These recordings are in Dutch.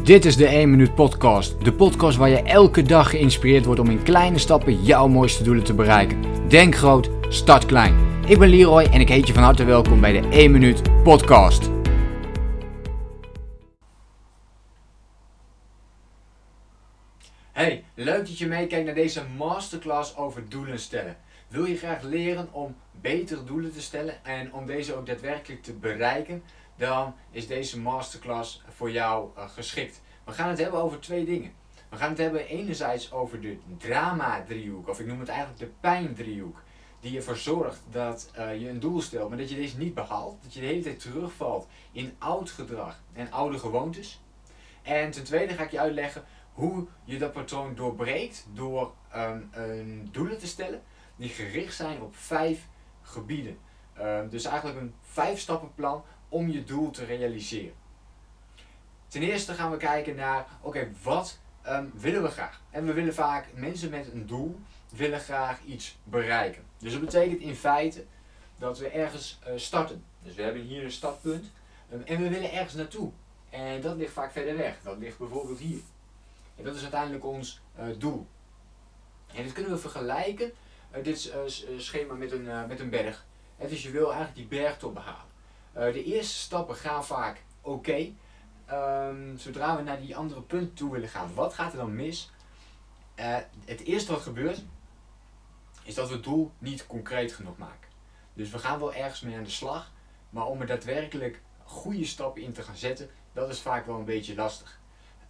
Dit is de 1 Minuut Podcast. De podcast waar je elke dag geïnspireerd wordt om in kleine stappen jouw mooiste doelen te bereiken. Denk groot, start klein. Ik ben Leroy en ik heet je van harte welkom bij de 1 Minuut Podcast. Hey, leuk dat je meekijkt naar deze masterclass over doelen stellen. Wil je graag leren om betere doelen te stellen en om deze ook daadwerkelijk te bereiken? Dan is deze masterclass voor jou geschikt. We gaan het hebben over twee dingen. We gaan het hebben enerzijds over de drama-driehoek, of ik noem het eigenlijk de pijn-driehoek. Die ervoor zorgt dat je een doel stelt, maar dat je deze niet behaalt. Dat je de hele tijd terugvalt in oud gedrag en oude gewoontes. En ten tweede ga ik je uitleggen hoe je dat patroon doorbreekt door een doelen te stellen die gericht zijn op 5 gebieden. Dus eigenlijk een 5-stappenplan om je doel te realiseren. Ten eerste gaan we kijken naar, wat willen we graag? En we willen vaak, mensen met een doel willen graag iets bereiken. Dus dat betekent in feite dat we ergens starten. Dus we hebben hier een startpunt en we willen ergens naartoe. En dat ligt vaak verder weg. Dat ligt bijvoorbeeld hier. En dat is uiteindelijk ons doel. En dit kunnen we vergelijken, dit schema met een berg. Dus je wil eigenlijk die bergtop behalen. De eerste stappen gaan vaak oké. Zodra we naar die andere punten toe willen gaan, wat gaat er dan mis? Het eerste wat gebeurt, is dat we het doel niet concreet genoeg maken. Dus we gaan wel ergens mee aan de slag, maar om er daadwerkelijk goede stappen in te gaan zetten, dat is vaak wel een beetje lastig.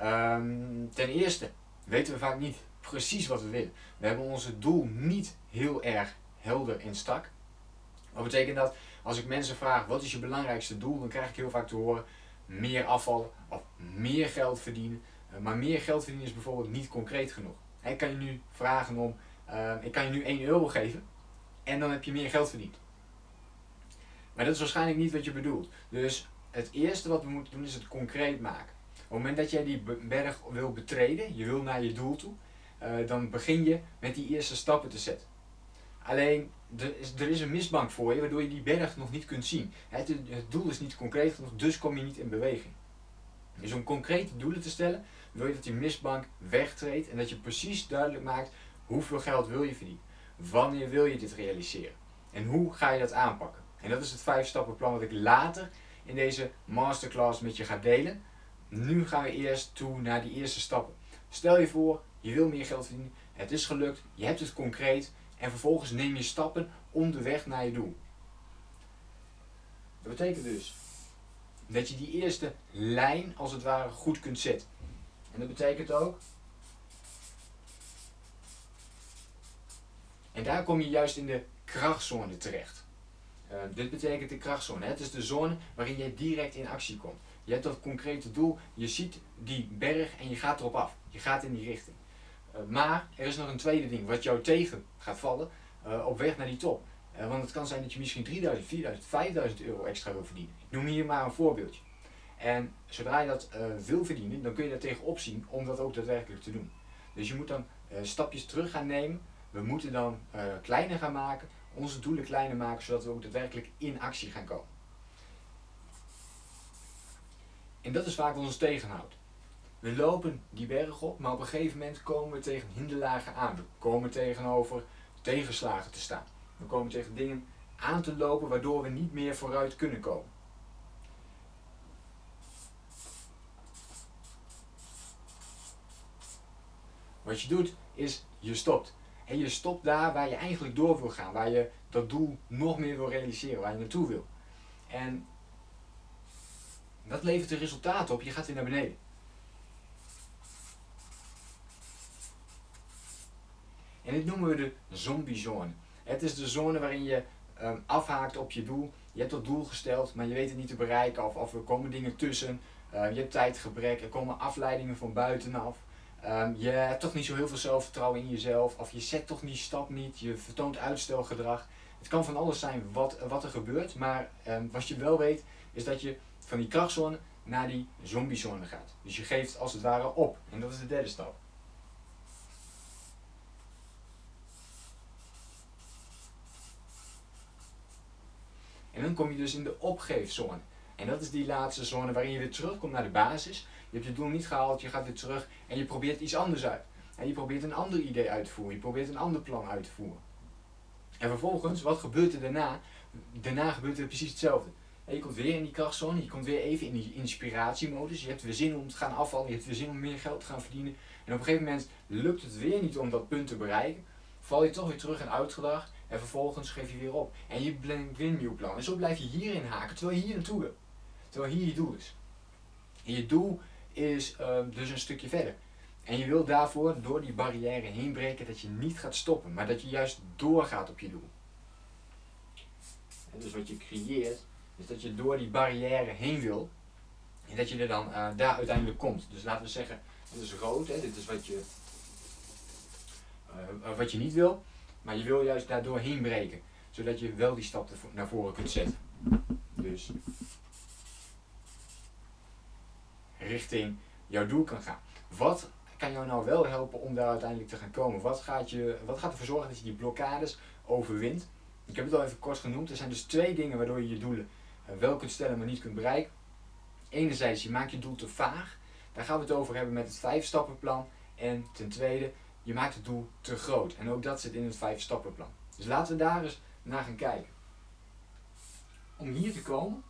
Ten eerste weten we vaak niet precies wat we willen. We hebben ons doel niet heel erg helder en strak. Wat betekent dat? Als ik mensen vraag wat is je belangrijkste doel, dan krijg ik heel vaak te horen meer afvallen of meer geld verdienen. Maar meer geld verdienen is bijvoorbeeld niet concreet genoeg. Ik kan je nu vragen om, ik kan je nu 1 euro geven en dan heb je meer geld verdiend. Maar dat is waarschijnlijk niet wat je bedoelt. Dus het eerste wat we moeten doen is het concreet maken. Op het moment dat jij die berg wil betreden, je wil naar je doel toe, dan begin je met die eerste stappen te zetten. Alleen, er is een mistbank voor je, waardoor je die berg nog niet kunt zien. Het doel is niet concreet genoeg, dus kom je niet in beweging. Dus om concrete doelen te stellen, wil je dat die mistbank wegtreedt en dat je precies duidelijk maakt hoeveel geld wil je verdienen. Wanneer wil je dit realiseren? En hoe ga je dat aanpakken? En dat is het 5-stappenplan wat ik later in deze masterclass met je ga delen. Nu gaan we eerst toe naar die eerste stappen. Stel je voor, je wil meer geld verdienen, het is gelukt, je hebt het concreet en vervolgens neem je stappen om de weg naar je doel. Dat betekent dus dat je die eerste lijn als het ware goed kunt zetten. En dat betekent ook, en daar kom je juist in de krachtzone terecht. Dit betekent de krachtzone. Het is de zone waarin je direct in actie komt. Je hebt dat concrete doel, je ziet die berg en je gaat erop af. Je gaat in die richting. Maar er is nog een tweede ding wat jou tegen gaat vallen op weg naar die top. Want het kan zijn dat je misschien 3.000, 4.000, 5.000 euro extra wil verdienen. Ik noem hier maar een voorbeeldje. En zodra je dat wil verdienen, dan kun je daar tegenop zien om dat ook daadwerkelijk te doen. Dus je moet dan stapjes terug gaan nemen. We moeten dan kleiner gaan maken, onze doelen kleiner maken, zodat we ook daadwerkelijk in actie gaan komen. En dat is vaak wat ons tegenhoudt. We lopen die berg op, maar op een gegeven moment komen we tegen hinderlagen aan. We komen tegenover tegenslagen te staan. We komen tegen dingen aan te lopen waardoor we niet meer vooruit kunnen komen. Wat je doet is, je stopt. En je stopt daar waar je eigenlijk door wil gaan, waar je dat doel nog meer wil realiseren, waar je naartoe wil. En dat levert een resultaat op, je gaat weer naar beneden. En dit noemen we de zombiezone. Het is de zone waarin je afhaakt op je doel. Je hebt dat doel gesteld, maar je weet het niet te bereiken of er komen dingen tussen. Je hebt tijdgebrek, er komen afleidingen van buitenaf. Je hebt toch niet zo heel veel zelfvertrouwen in jezelf of je zet toch die stap niet, je vertoont uitstelgedrag. Het kan van alles zijn wat er gebeurt, maar wat je wel weet is dat je van die krachtzone naar die zombiezone gaat. Dus je geeft als het ware op en dat is de derde stap. En dan kom je dus in de opgeefzone. En dat is die laatste zone waarin je weer terugkomt naar de basis. je hebt je doel niet gehaald, je gaat weer terug en je probeert iets anders uit. En je probeert een ander idee uit te voeren, je probeert een ander plan uit te voeren. En vervolgens, wat gebeurt er daarna? Daarna gebeurt er precies hetzelfde. En je komt weer in die krachtzone, je komt weer even in die inspiratiemodus, je hebt weer zin om te gaan afvallen, je hebt weer zin om meer geld te gaan verdienen. En op een gegeven moment lukt het weer niet om dat punt te bereiken, val je toch weer terug in oud gedrag en vervolgens geef je weer op. En je brengt weer een nieuw plan. En zo blijf je hierin haken, terwijl je hier naartoe wil. Terwijl hier je doel is. En je doel is dus een stukje verder. En je wil daarvoor door die barrière heen breken dat je niet gaat stoppen, maar dat je juist doorgaat op je doel. En dus wat je creëert, is dat je door die barrière heen wil en dat je er dan daar uiteindelijk komt. Dus laten we zeggen, dit is rood, hè, dit is wat je niet wil, maar je wil juist daardoor heen breken, zodat je wel die stap naar voren kunt zetten. Dus richting jouw doel kan gaan. Wat kan jou nou wel helpen om daar uiteindelijk te gaan komen? Wat gaat ervoor zorgen dat je die blokkades overwint? Ik heb het al even kort genoemd. Er zijn dus 2 dingen waardoor je je doelen wel kunt stellen, maar niet kunt bereiken. Enerzijds, je maakt je doel te vaag. Daar gaan we het over hebben met het 5-stappenplan. En ten tweede, je maakt het doel te groot. En ook dat zit in het 5-stappenplan. Dus laten we daar eens naar gaan kijken. Om hier te komen,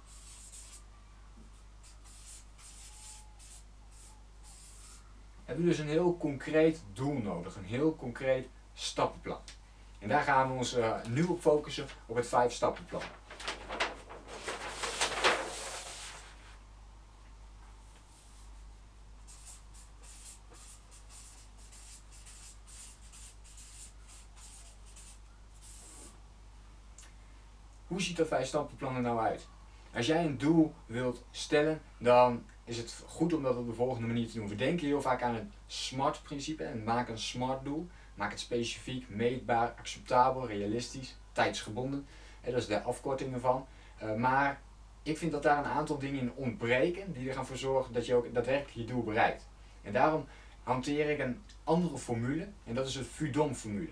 hebben we dus een heel concreet doel nodig. Een heel concreet stappenplan. En daar gaan we ons nu op focussen, op het 5-stappenplan. Hoe ziet dat 5-stappenplan er nou uit? Als jij een doel wilt stellen, dan is het goed om dat op de volgende manier te doen. We denken heel vaak aan het SMART-principe en maak een SMART doel. Maak het specifiek, meetbaar, acceptabel, realistisch, tijdsgebonden. Dat is de afkorting ervan. Maar ik vind dat daar een aantal dingen in ontbreken die er gaan voor zorgen dat je ook daadwerkelijk je doel bereikt. En daarom hanteer ik een andere formule en dat is de VUDOM-formule.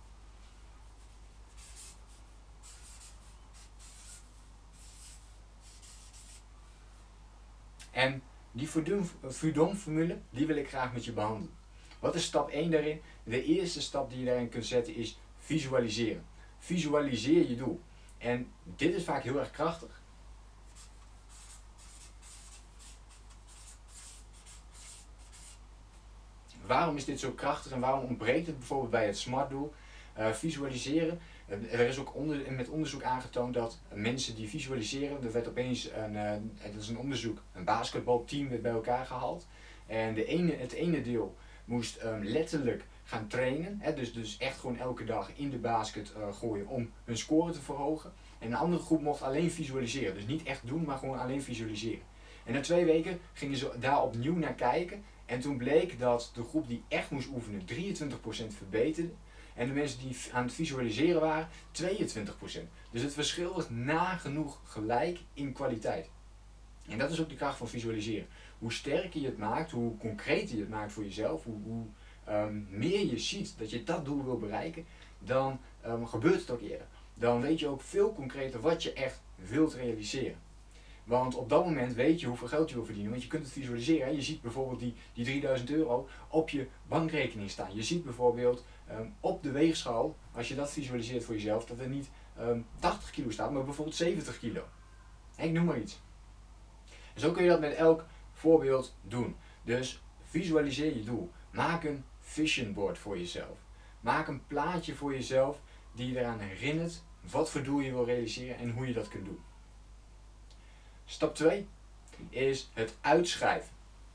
En die VUDOM-formule, die wil ik graag met je behandelen. Wat is stap 1 daarin? De eerste stap die je daarin kunt zetten is visualiseren. Visualiseer je doel. En dit is vaak heel erg krachtig. Waarom is dit zo krachtig en waarom ontbreekt het bijvoorbeeld bij het SMART-doel? Visualiseren. Er is ook met onderzoek aangetoond dat mensen die visualiseren, er werd opeens het is een onderzoek, een basketbalteam werd bij elkaar gehaald. En het ene deel moest letterlijk gaan trainen, dus echt gewoon elke dag in de basket gooien om hun score te verhogen. En een andere groep mocht alleen visualiseren, dus niet echt doen, maar gewoon alleen visualiseren. En na 2 weken gingen ze daar opnieuw naar kijken en toen bleek dat de groep die echt moest oefenen 23% verbeterde. En de mensen die aan het visualiseren waren, 22%. Dus het verschil is nagenoeg gelijk in kwaliteit. En dat is ook de kracht van visualiseren. Hoe sterker je het maakt, hoe concreter je het maakt voor jezelf, hoe meer je ziet dat je dat doel wil bereiken, dan gebeurt het ook eerder. Dan weet je ook veel concreter wat je echt wilt realiseren. Want op dat moment weet je hoeveel geld je wil verdienen, want je kunt het visualiseren. Je ziet bijvoorbeeld die 3000 euro op je bankrekening staan. Je ziet bijvoorbeeld op de weegschaal, als je dat visualiseert voor jezelf, dat er niet 80 kilo staat, maar bijvoorbeeld 70 kilo. Ik noem maar iets. En zo kun je dat met elk voorbeeld doen. Dus visualiseer je doel. Maak een vision board voor jezelf. Maak een plaatje voor jezelf die je eraan herinnert wat voor doel je wil realiseren en hoe je dat kunt doen. Stap 2 is het uitschrijven.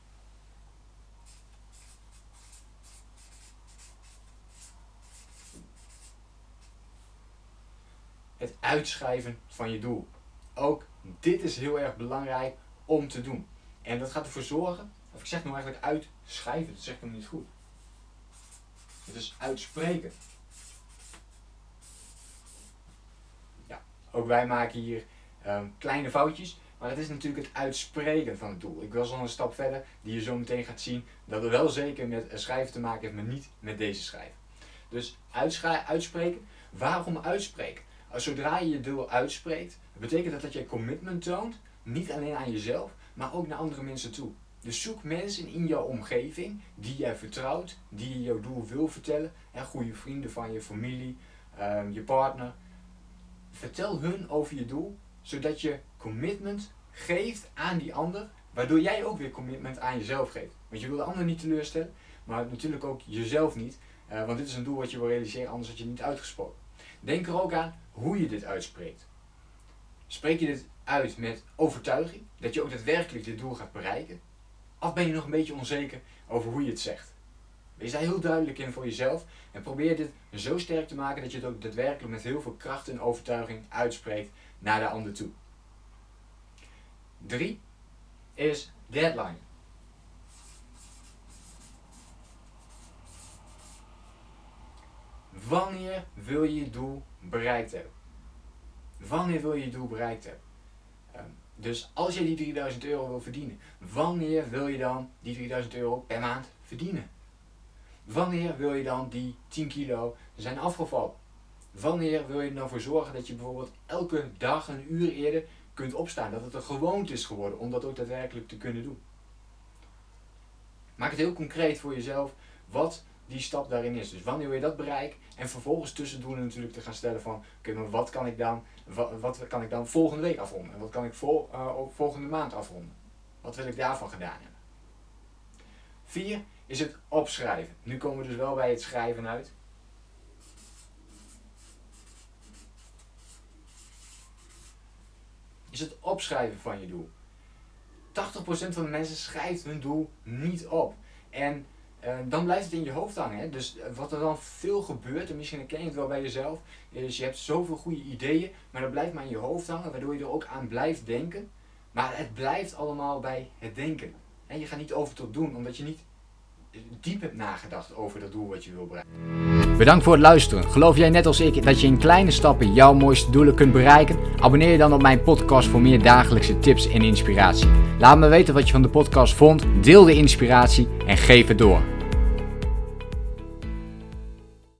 Het uitschrijven van je doel. Ook dit is heel erg belangrijk om te doen. En dat gaat ervoor zorgen, of ik zeg nou eigenlijk uitschrijven, dat zeg ik nog niet goed. Het is uitspreken. Ja, ook wij maken hier kleine foutjes. Maar het is natuurlijk het uitspreken van het doel. Ik wil zo een stap verder, die je zo meteen gaat zien, dat het wel zeker met schrijven te maken heeft, maar niet met deze schrijven. Dus uitspreken. Waarom uitspreken? Zodra je je doel uitspreekt, betekent dat je commitment toont, niet alleen aan jezelf, maar ook naar andere mensen toe. Dus zoek mensen in jouw omgeving die jij vertrouwt, die je jouw doel wil vertellen. Goede vrienden van je, familie, je partner. Vertel hun over je doel, zodat je commitment geeft aan die ander, waardoor jij ook weer commitment aan jezelf geeft. Want je wil de ander niet teleurstellen, maar natuurlijk ook jezelf niet. Want dit is een doel wat je wil realiseren, anders had je het niet uitgesproken. Denk er ook aan hoe je dit uitspreekt. Spreek je dit uit met overtuiging, dat je ook daadwerkelijk dit doel gaat bereiken? Of ben je nog een beetje onzeker over hoe je het zegt? Wees daar heel duidelijk in voor jezelf en probeer dit zo sterk te maken dat je het ook daadwerkelijk met heel veel kracht en overtuiging uitspreekt naar de ander toe. 3 is deadline. Wanneer wil je je doel bereikt hebben? Wanneer wil je je doel bereikt hebben? Dus als je die €3000 wil verdienen, wanneer wil je dan die €3000 per maand verdienen? Wanneer wil je dan die 10 kilo zijn afgevallen? Wanneer wil je er dan voor zorgen dat je bijvoorbeeld elke dag een uur eerder kunt opstaan? Dat het een gewoonte is geworden om dat ook daadwerkelijk te kunnen doen. Maak het heel concreet voor jezelf wat die stap daarin is. Dus wanneer wil je dat bereiken? En vervolgens tussendoor natuurlijk te gaan stellen van oké, maar wat kan ik dan volgende week afronden? En wat kan ik volgende maand afronden? Wat wil ik daarvan gedaan hebben? 4 is het opschrijven. Nu komen we dus wel bij het schrijven uit. Is het opschrijven van je doel. 80% van de mensen schrijft hun doel niet op. En dan blijft het in je hoofd hangen. Hè? Dus wat er dan veel gebeurt, en misschien herken je het wel bij jezelf, is je hebt zoveel goede ideeën, maar dat blijft maar in je hoofd hangen, waardoor je er ook aan blijft denken. Maar het blijft allemaal bij het denken. En je gaat niet over tot doen, omdat je niet diep hebt nagedacht over dat doel wat je wil bereiken. Bedankt voor het luisteren. Geloof jij net als ik dat je in kleine stappen jouw mooiste doelen kunt bereiken? Abonneer je dan op mijn podcast voor meer dagelijkse tips en inspiratie. Laat me weten wat je van de podcast vond, deel de inspiratie en geef het door.